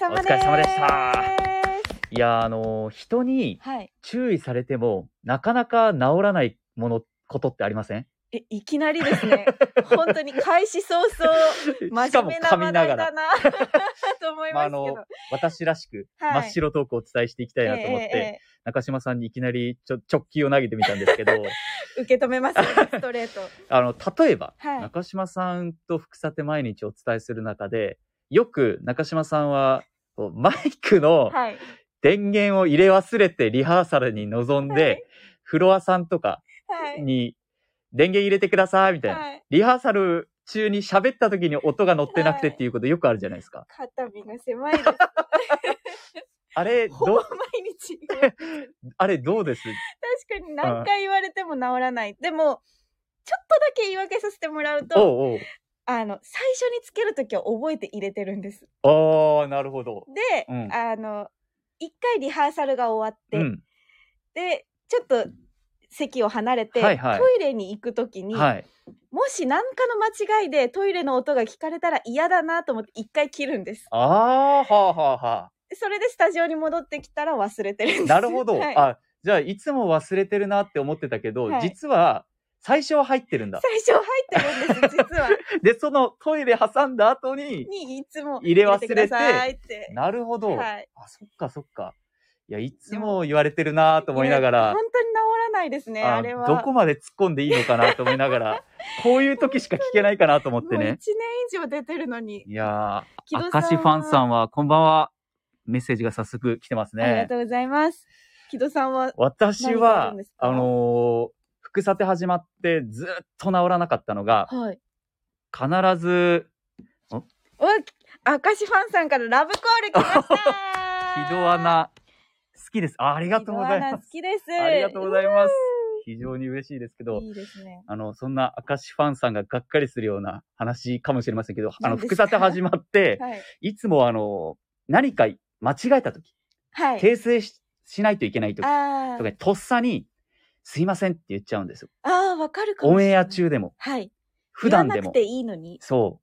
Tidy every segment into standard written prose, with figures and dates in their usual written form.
様です。 お疲れ様でした。いや、人にはい。 注意されても、なかなか治らないことってありません？ いきなりですね。本当に開始早々、 しかも真面目な話噛みながら。 題だなと思いますけど。 私らしく、 はい真っ白トークをお伝えしていきたいなと思って、 ええ中島さんにいきなり直球を投げてみたんですけど、 受け止めますね、ストレート。 例えば、 はい。 中島さんと福さて毎日お伝えする中で、よく中島さんは、マイクのはい。 電源を入れ忘れてリハーサルに臨んで、 はい。 フロアさんとかはい。 に電源入れてくださいみたいな。 はい。 リハーサル中に喋った時に音が乗ってなくてっていうことよくあるじゃないですか。 肩身が狭いです。 あれ、 ほぼ毎日。 あれどうです？ 確かに何回言われても治らない。でも、ちょっとだけ言い訳させてもらうと、 おうおう、 最初につけるときは覚えて入れてるんです。 あー、なるほど。 で、 うん、 一回リハーサルが終わって、 うん、 で、ちょっと席を離れて、 はいはい、 トイレに行くときに、 はい。 もし何かの間違いでトイレの音が聞かれたら嫌だなと思って一回切るんです。 あー、はあはあはあ。 それでスタジオに戻ってきたら忘れてるんです。 なるほど。 はい、 あ、じゃあいつも忘れてるなって思ってたけど、 はい、 実は最初は入ってるんだ。 最初入ってるんです、実は。 で、そのトイレ挟んだ後にいつも入れ忘れて、 入れてくださいって。 なるほど。 はい。 あ、そっかそっか。いや、いつも言われてるなと思いながら、 本当に治らないですね、あれは。 どこまで突っ込んでいいのかなと思いながら、こういう時しか聞けないかなと思ってね。 もう1年以上出てるのに。 いやー、明石ファンさんはこんばんは。メッセージが早速来てますね。 ありがとうございます。木戸さんは私は、副査定始まってずっと治らなかったのが、 はい、 必ず、 明石ファンさんからラブコール来ました木戸アナ、好きです。ありがとうございます。 好きです。 ありがとうございます。非常に嬉しいですけど、 いいですね。 そんな明石ファンさんががっかりするような話かもしれませんけど、副査定始まって、はい、いつも何か間違えたとき、はい、訂正 しないといけないときとか、とっさに、すいませんって言っちゃうんですよ。 わかるかもしれない。 オンエア中でも。 はい。 普段でも。 言わなくていいのに。 そう。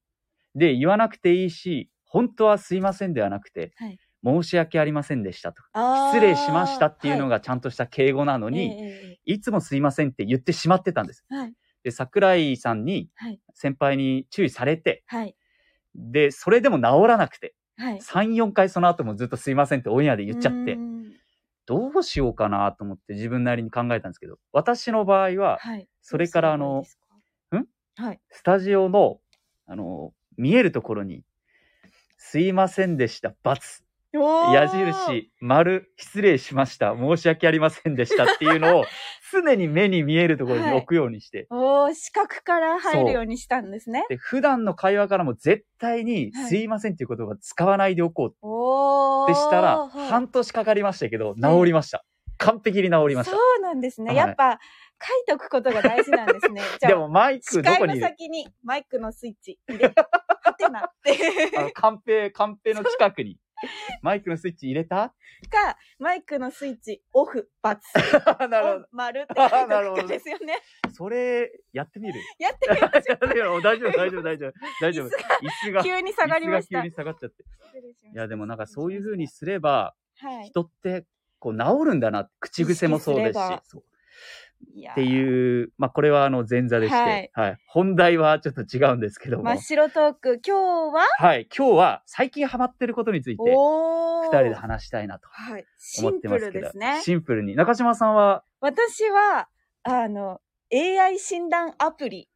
で、言わなくていいし、本当はすいませんではなくて、はい、申し訳ありませんでしたとか、失礼しましたっていうのがちゃんとした敬語なのに、いつもすいませんって言ってしまってたんです。はい、で、桜井さんに、先輩に注意されて、はい、で、それでも治らなくて、はい、3、4回その後もずっとすいませんってオンエアで言っちゃって、どうしようかなと思って自分なりに考えたんですけど、私の場合は、はい、それからはい、スタジオの、見えるところに、すいませんでした、×。矢印、丸、失礼しました、申し訳ありませんでしたっていうのを、常に目に見えるところに置くようにして。 はい、視覚から入るようにしたんですね。 で、普段の会話からも絶対に、すいませんっていう言葉使わないでおこう。ってしたら、半年かかりましたけど、治りました。完璧に治りました。 そうなんですね。やっぱ、書いとくことが大事なんですね。じゃあ、 でもマイクどこにいる？ 視界の先にマイクのスイッチ入れ、はてなって。 カンペの近くに。マイクのスイッチ入れた？ か、マイクのスイッチオフ、×。 なるほど。 丸って書いておくんですよね。 それ、やってみる？ やってみましょう。 大丈夫。椅子が急に下がりました。 急に下がっちゃって。いや、でもなんかそういう風にすれば、人ってこう治るんだな。口癖もそうですし。っていう、これは前座でして、はい。本題はちょっと違うんですけども。 真っ白トーク、今日は？ はい。今日は最近ハマってることについて、二人で話したいなと思ってますけど。シンプルですね。シンプルに。中島さんは？ 私は、AI 診断アプリ。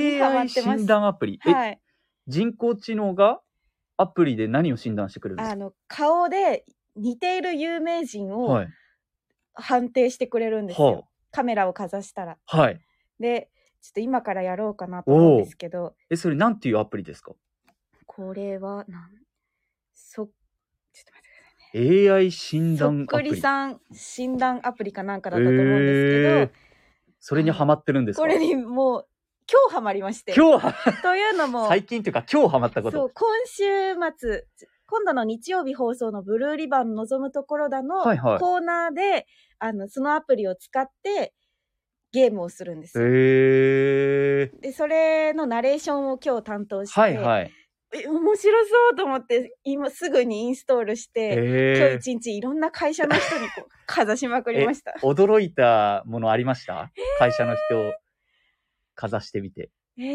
AI 診断アプリ？はい。人工知能がアプリで何を診断してくれるんですか？ 顔で似ている有名人を判定してくれるんですよ。カメラをかざしたら。はい。で、ちょっと今からやろうかなと思うんですけど。 それなんていうアプリですか？ これは、ちょっと待ってくださいね。AI 診断アプリ。 そっくりさん診断アプリかなんかだったと思うんですけど。 それにハマってるんですか？ これにもう、今日ハマりまして。 今日というのも。 最近というか今日ハマったこと。そう、 今週末、今度の日曜日放送のブルーリバン望むところだのコーナーで、そのアプリを使ってゲームをするんですよ。で、それのナレーションを今日担当して、 面白そうと思って、今すぐにインストールして、今日一日いろんな会社の人にこう、かざしまくりました。 驚いたものありました？会社の人をかざしてみて。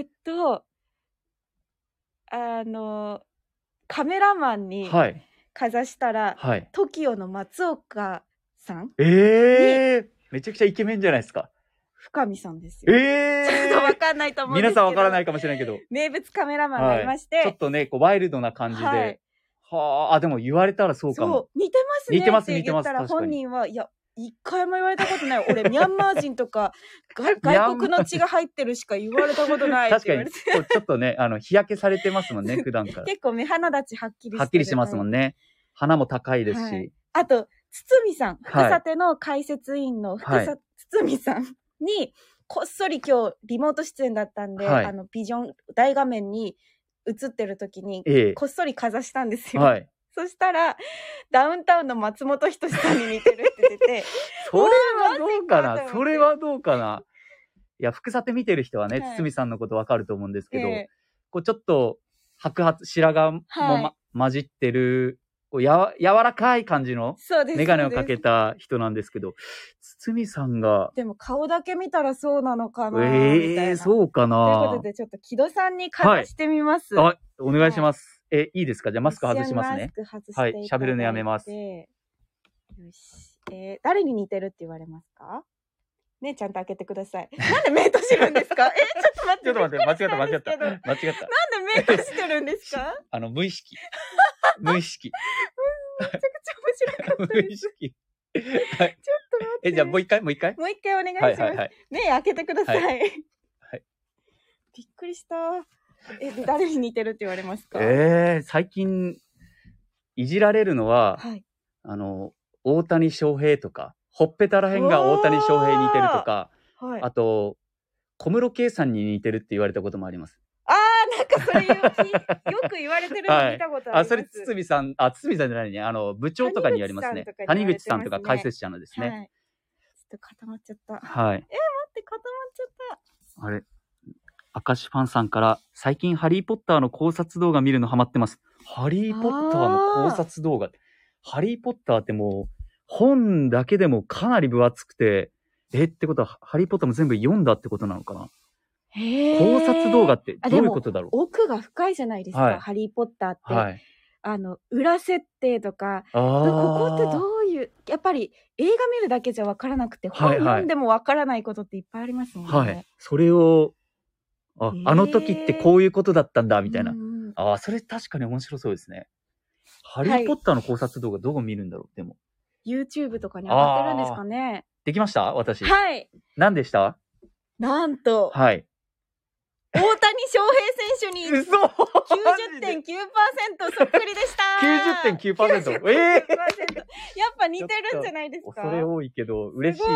カメラマンにかざしたら、はい、TOKIO の松岡さんめちゃくちゃイケメンじゃないですか。 深見さんですよ。ちょっとわかんないと思うんですけど。 皆さんわからないかもしれないけど。 名物カメラマンがいまして。 ちょっとね、こうワイルドな感じで。はあ、でも言われたらそうかも。そう、 似てますね。 似てます、 似てます。って言ったら本人は、いや、一回も言われたことない。俺、ミャンマー人とか、外国の血が入ってるしか言われたことないって言われて。 確かに、ちょっとね、日焼けされてますもんね、普段から。 結構目鼻立ちはっきりしてる。 はっきりしてますもんね。鼻も高いですし。 あと、堤さん、福さての解説員の堤さんに、こっそり今日リモート出演だったんで、ビジョン大画面に映ってる時にこっそりかざしたんですよ。そしたらダウンタウンの松本人志さんに似てるって出てそれはどうかな、それはどうかな。いや、福さて見てる人はね、堤さんのことわかると思うんですけど、こうちょっと白髪白髪も、混じってる柔らかい感じのメガネをかけた人なんですけど、堤さんが。 でも顔だけ見たらそうなのかなみたいな。 そうかな。 ということで、ちょっと木戸さんにかざしてみます。 はい、お願いします。いいですか？じゃあマスク外しますね。はい、喋るのやめます。よし。誰に似てるって言われますか？ね、ちゃんと開けてください。なんで目閉じるんですか？ちょっと待って。 ちょっと待って、間違った。なんで目閉じてるんですか？ 無意識。無意識。 めちゃくちゃ面白かったです。 無意識。 ちょっと待って。 じゃあもう一回お願いします。目開けてください。はい。びっくりした。で、誰に似てるって言われますか？ 最近、いじられるのは、大谷翔平とか、ほっぺたらへんが大谷翔平に似てるとか、あと、小室圭さんに似てるって言われたこともあります。 なんかそれよく言われてるの見たことあります。 それ堤さんじゃないね。部長とかにやりますね。谷口さんとか解説者のですね。 ちょっと固まっちゃった。 はい。 待って、固まっちゃった。 あれ、明石ファンさんから、最近ハリーポッターの考察動画見るのハマってます。ハリーポッターの考察動画。ハリーポッターってもう、本だけでもかなり分厚くて、ってことは、ハリーポッターも全部読んだってことなのかな？考察動画ってどういうことだろう？ 奥が深いじゃないですか、ハリーポッターって。裏設定とか、ここってどういう、やっぱり映画見るだけじゃ分からなくて、本読んでも分からないことっていっぱいありますもんね。 それを、あの時ってこういうことだったんだ、みたいな。それ確かに面白そうですね。ハリーポッターの考察動画どこ見るんだろう？でも。 YouTube とかに上がってるんですかね。 できました？私。 はい。 何でした？ なんと。 はい。 大谷翔平選手に 90.9% そっくりでした。 90.9%。 やっぱ似てるんじゃないですか？ 恐れ多いけど、嬉しい。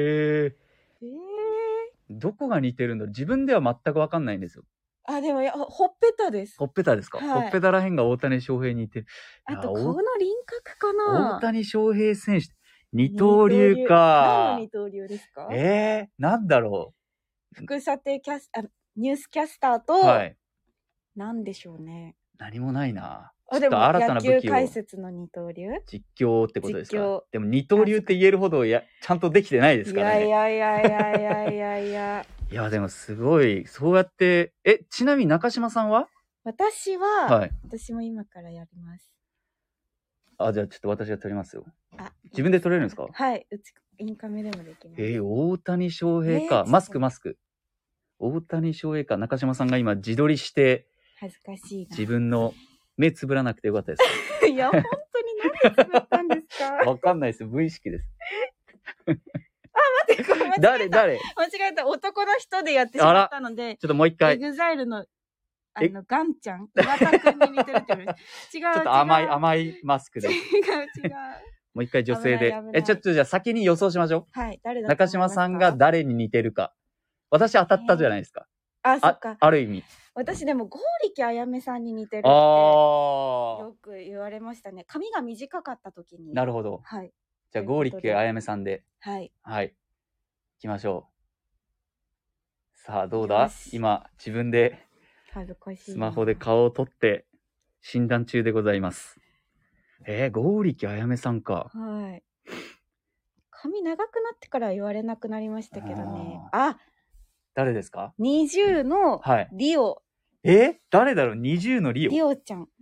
どこが似てるの？自分では全く分かんないんですよ。 でもほっぺたです。 ほっぺたですか？ほっぺたらへんが大谷翔平に似てる。 あと顔の輪郭かな？ 大谷翔平選手、二刀流か。 何の二刀流ですか？ なんだろう。福さてニュースキャスターと、なんでしょうね。 何もないな。 でも野球解説の二刀流？ 実況ってことですか？でも二刀流って言えるほどちゃんとできてないですからね。 いや。 いや、でもすごい、そうやって、ちなみに中島さんは？ 私は、私も今からやります。 じゃあちょっと私が撮りますよ。自分で撮れるんですか？ はい。インカメでもできます。 大谷翔平か。マスク。大谷翔平か。中島さんが今自撮りして、 恥ずかしいな。 自分の目つぶらなくてよかったです。 いや、本当に何つぶったんですか？ わかんないです。無意識です。 待って、これ誰間違えた。男の人でやってしまったので、 ちょっともう一回。 EXILE の、ガンちゃん岩田くんに似てるって言われる。違う。ちょっと甘いマスクで。 違う。 もう一回女性で。ちょっとじゃあ先に予想しましょう。 はい。誰だ中島さんが誰に似てるか。私当たったじゃないですか。 そっか。 ある意味。 私でも、剛力あやめさんに似てるって、よく言われましたね。髪が短かった時に。 なるほど。 はい。 じゃあ、剛力あやめさんで。 はい。 はい。行きましょう。さあ、どうだ？今、自分で恥ずかしい。 スマホで顔を撮って診断中でございます。剛力あやめさんか。 はい。髪長くなってから言われなくなりましたけどね。 誰ですか ？NiziUのリオ。 誰だろう？NiziUのリオ。 リオちゃん。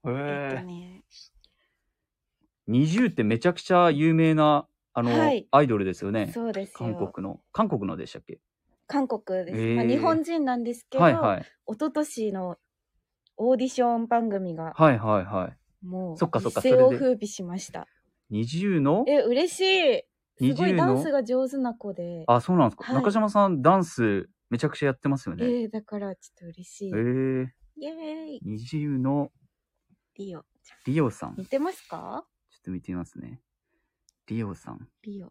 NiziUってめちゃくちゃ有名なアイドルですよね。 そうですよ。 韓国のでしたっけ？ 韓国です。日本人なんですけど、一昨年のオーディション番組が、もう一世を風靡しました。 NiziUの？ 嬉しい。すごいダンスが上手な子で。 そうなんですか。中島さんダンスめちゃくちゃやってますよね。 だからちょっと嬉しい。イエーイ。NiziUのリオ。 リオさん。 似てますか？ ちょっと見てみますね。リオさん。 リオ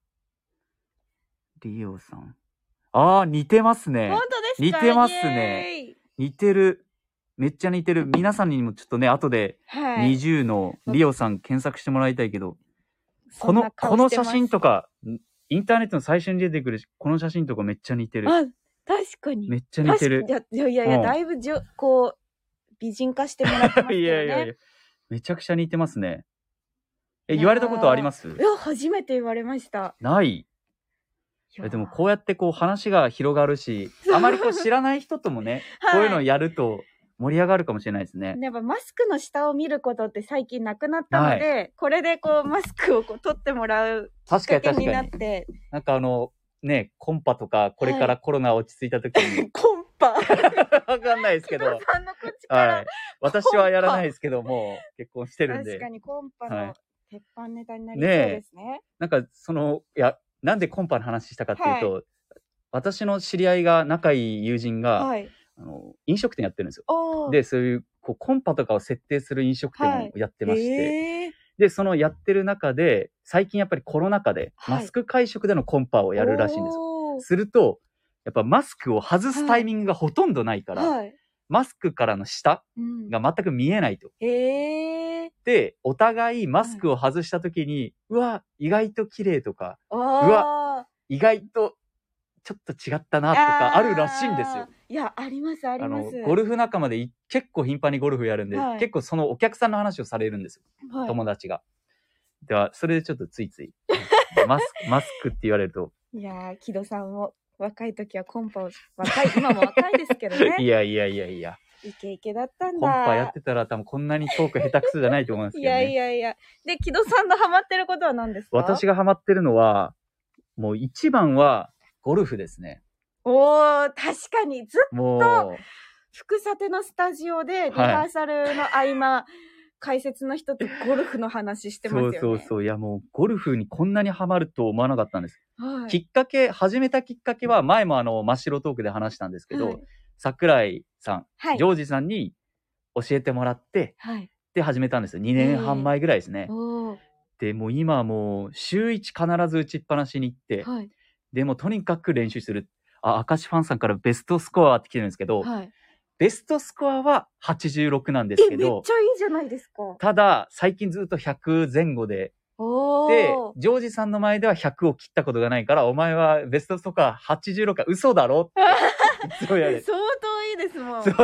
さん。似てますね。 本当ですか？ 似てますね。似てる。めっちゃ似てる。皆さんにもちょっとね、後で、NiziUのリオさん検索してもらいたいけど、この写真とか、インターネットの最初に出てくるこの写真とかめっちゃ似てる。 確かに。 めっちゃ似てる。 いや、だいぶこう、美人化してもらってますけどね。いや。 めちゃくちゃ似てますね。言われたことあります？ いや、初めて言われました。 ない。でもこうやってこう話が広がるし、あまりこう知らない人ともね、こういうのをやると盛り上がるかもしれないですね。 やっぱマスクの下を見ることって最近なくなったので、これでこうマスクをこう取ってもらうきっかけになって。 なんかね、コンパとかこれからコロナ落ち着いた時に。 コンパわかんないですけど。 さんの口から私はやらないですけども、結婚してるんで。 確かにコンパの鉄板ネタになりそうですね。 なんかなんでコンパの話したかっていうと、私の知り合いが仲いい友人が、飲食店やってるんですよ。で、そういうコンパとかを設定する飲食店をやってまして、で、そのやってる中で、最近やっぱりコロナ禍で、マスク会食でのコンパをやるらしいんですよ。すると、やっぱマスクを外すタイミングがほとんどないから、マスクからの下が全く見えないと。で、お互いマスクを外した時に、うわ、意外と綺麗とか、うわ、意外とちょっと違ったなとかあるらしいんですよ。 いや、ありますあります。 ゴルフ仲間で結構頻繁にゴルフやるんで、結構そのお客さんの話をされるんですよ。友達が。では、それでちょっとついつい、マスクって言われると。 いや木戸さんも若い時はコンパを、今も若いですけどね。 いや。 イケイケだったんだ。 コンパやってたら多分こんなにトーク下手くそじゃないと思うんですけどね。 いや。で、木戸さんのハマってることは何ですか？ 私がハマってるのは、もう一番はゴルフですね。 確かに。ずっと、福さてのスタジオでリハーサルの合間、解説の人とゴルフの話してますよね。 そう。いやもうゴルフにこんなにハマると思わなかったんです。始めたきっかけは前も真っ白トークで話したんですけど、桜井さん、ジョージさんに教えてもらって、で始めたんですよ。2年半前ぐらいですね。で、もう今はもう週1必ず打ちっぱなしに行って、でもとにかく練習する。明石ファンさんからベストスコアって来てるんですけど、ベストスコアは86なんですけど、 めっちゃいいじゃないですか。 ただ、最近ずっと100前後で、で、ジョージさんの前では100を切ったことがないから、お前はベストスコア86か嘘だろっていつもやる。 相当いいですもん。 そう。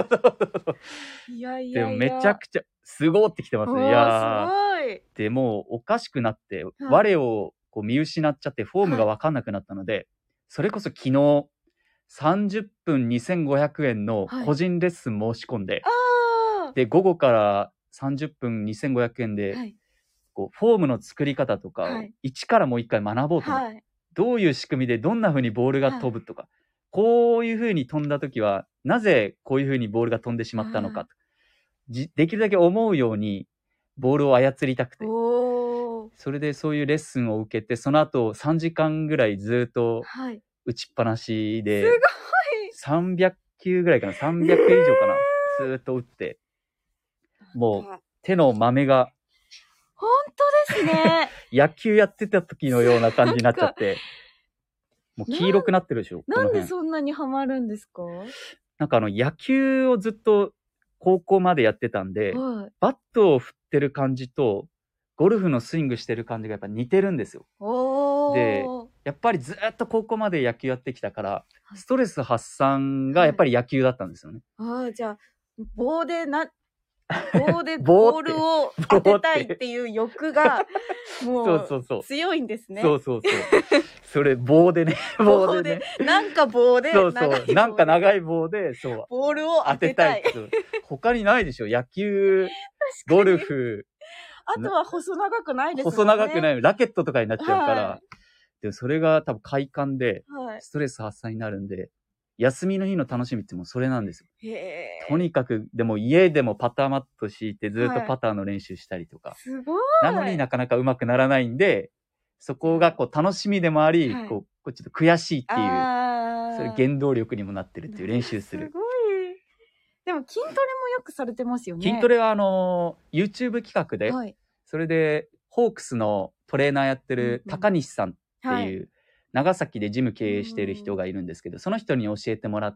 いや。でもめちゃくちゃ、すごーってきてますね。いやすごい。 でもうおかしくなって、我をこう見失っちゃってフォームがわかんなくなったので、それこそ昨日、30分2500円の個人レッスン申し込んで、で、午後から30分2500円で、こうフォームの作り方とかを一からもう一回学ぼうと思って、どういう仕組みでどんな風にボールが飛ぶとか、こういう風に飛んだ時は、なぜこういう風にボールが飛んでしまったのかと、できるだけ思うようにボールを操りたくて、それでそういうレッスンを受けて、その後3時間ぐらいずっと打ちっぱなしで、 すごい 300球ぐらいかな、300球以上かな、ずっと打って、もう手の豆が、 本当ですね。 野球やってた時のような感じになっちゃって、もう黄色くなってるでしょ。 なんでそんなにハマるんですか？ なんか野球をずっと高校までやってたんで、バットを振ってる感じと、ゴルフのスイングしてる感じがやっぱ似てるんですよ。で、 やっぱりずっと高校まで野球やってきたから、ストレス発散がやっぱり野球だったんですよね。 じゃあ、棒でボールを当てたいっていう欲が、もう、強いんですね。 そう。それ、棒でね。 なんか棒で。 なんか長い棒で、 ボールを当てたい。 他にないでしょ。野球、ゴルフ。 あとは細長くないですよね。 細長くない。ラケットとかになっちゃうから。でそれが多分快感で、ストレス発散になるんで、休みの日の楽しみってもうそれなんですよ。とにかく、でも家でもパターマット敷いてずっとパターの練習したりとか。 すごい。 なのになかなか上手くならないんで、そこがこう楽しみでもあり、こうちょっと悔しいっていう、それ原動力にもなってるっていう練習する。 すごい。でも筋トレもよくされてますよね。 筋トレはYouTube 企画で、それでホークスのトレーナーやってる高西さんっていう、長崎でジム経営してる人がいるんですけど、その人に教えてもらって、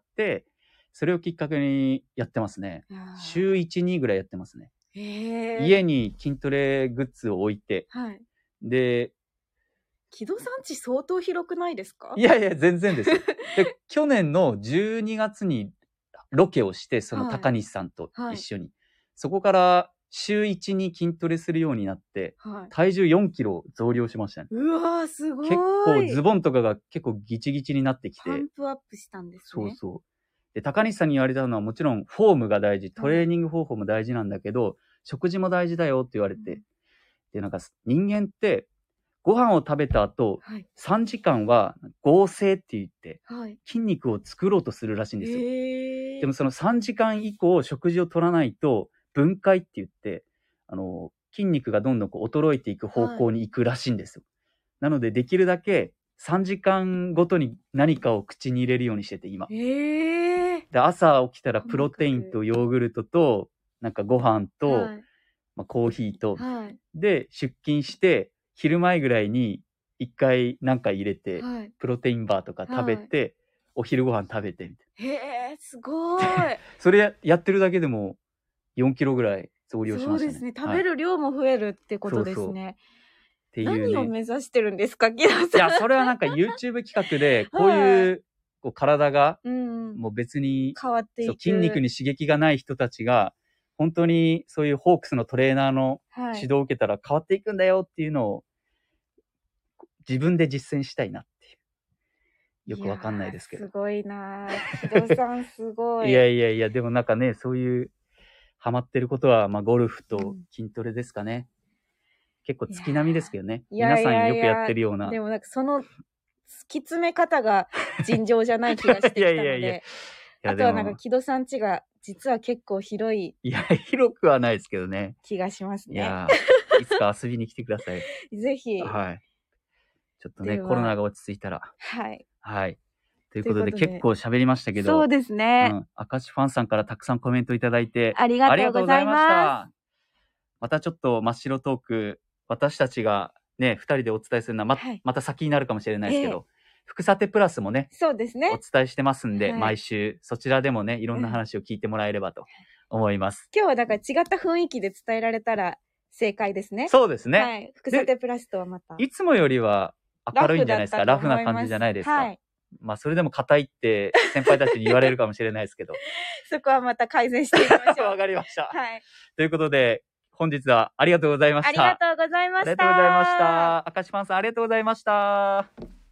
それをきっかけにやってますね。週1、2ぐらいやってますね。家に筋トレグッズを置いて、で、 木戸さん家相当広くないですか？ いや全然ですよ。で去年の12月にロケをして、その高西さんと一緒に、そこから週1に筋トレするようになって、体重4キロ増量しましたね。 うわー、すごい。 結構ズボンとかが結構ギチギチになってきて。 パンプアップしたんですね。 そう。で、高西さんに言われたのはもちろんフォームが大事、トレーニング方法も大事なんだけど、食事も大事だよって言われて。で、なんか人間ってご飯を食べた後、3時間は合成って言って、筋肉を作ろうとするらしいんですよ。でもその3時間以降食事を取らないと、分解って言って、筋肉がどんどんこう衰えていく方向に行くらしいんですよ。なので、できるだけ3時間ごとに何かを口に入れるようにしてて、今。で、朝起きたらプロテインとヨーグルトと、なんかご飯と、コーヒーと、で、出勤して、昼前ぐらいに一回なんか入れて、プロテインバーとか食べて、お昼ご飯食べてみたいな。 すごい。 それやってるだけでも、4キロぐらい増量しましたね。 そうですね。食べる量も増えるってことですね。っていうね。何を目指してるんですか、木戸さん。 いや、それはなんか YouTube 企画で、こういうこう体が、もう別に変わっていく。 筋肉に刺激がない人たちが、本当にそういうホークスのトレーナーの指導を受けたら変わっていくんだよっていうのを、自分で実践したいなっていう。よくわかんないですけど。 すごいなぁ。木戸さんすごい。 いや、でもなんかね、そういう、ハマってることは、ゴルフと筋トレですかね。結構月並みですけどね。皆さんよくやってるような。 でもなんかその突き詰め方が尋常じゃない気がしてきたので。あとはなんか木戸さん家が実は結構広い。 いや、広くはないですけどね。 気がしますね。 いや、いつか遊びに来てください。 ぜひ。 はい。ちょっとね、コロナが落ち着いたら。 はい。 ということで結構喋りましたけど。 そうですね。 明石ファンさんからたくさんコメントいただいて。 ありがとうございました。 またちょっと真っ白トーク、私たちがね、2人でお伝えするのはまた先になるかもしれないですけど、福さてプラスもね、 そうですね。 お伝えしてますんで、毎週そちらでもね、いろんな話を聞いてもらえればと思います。 今日はだから違った雰囲気で伝えられたら正解ですね。 そうですね。 はい。福さてプラスとはまた。 いつもよりは明るいんじゃないですか。ラフな感じじゃないですか。それでも硬いって先輩たちに言われるかもしれないですけど。 そこはまた改善していきましょう。 わかりました。 はい。 ということで、本日はありがとうございました。 ありがとうございました。 ありがとうございました。明石ファンさんありがとうございました。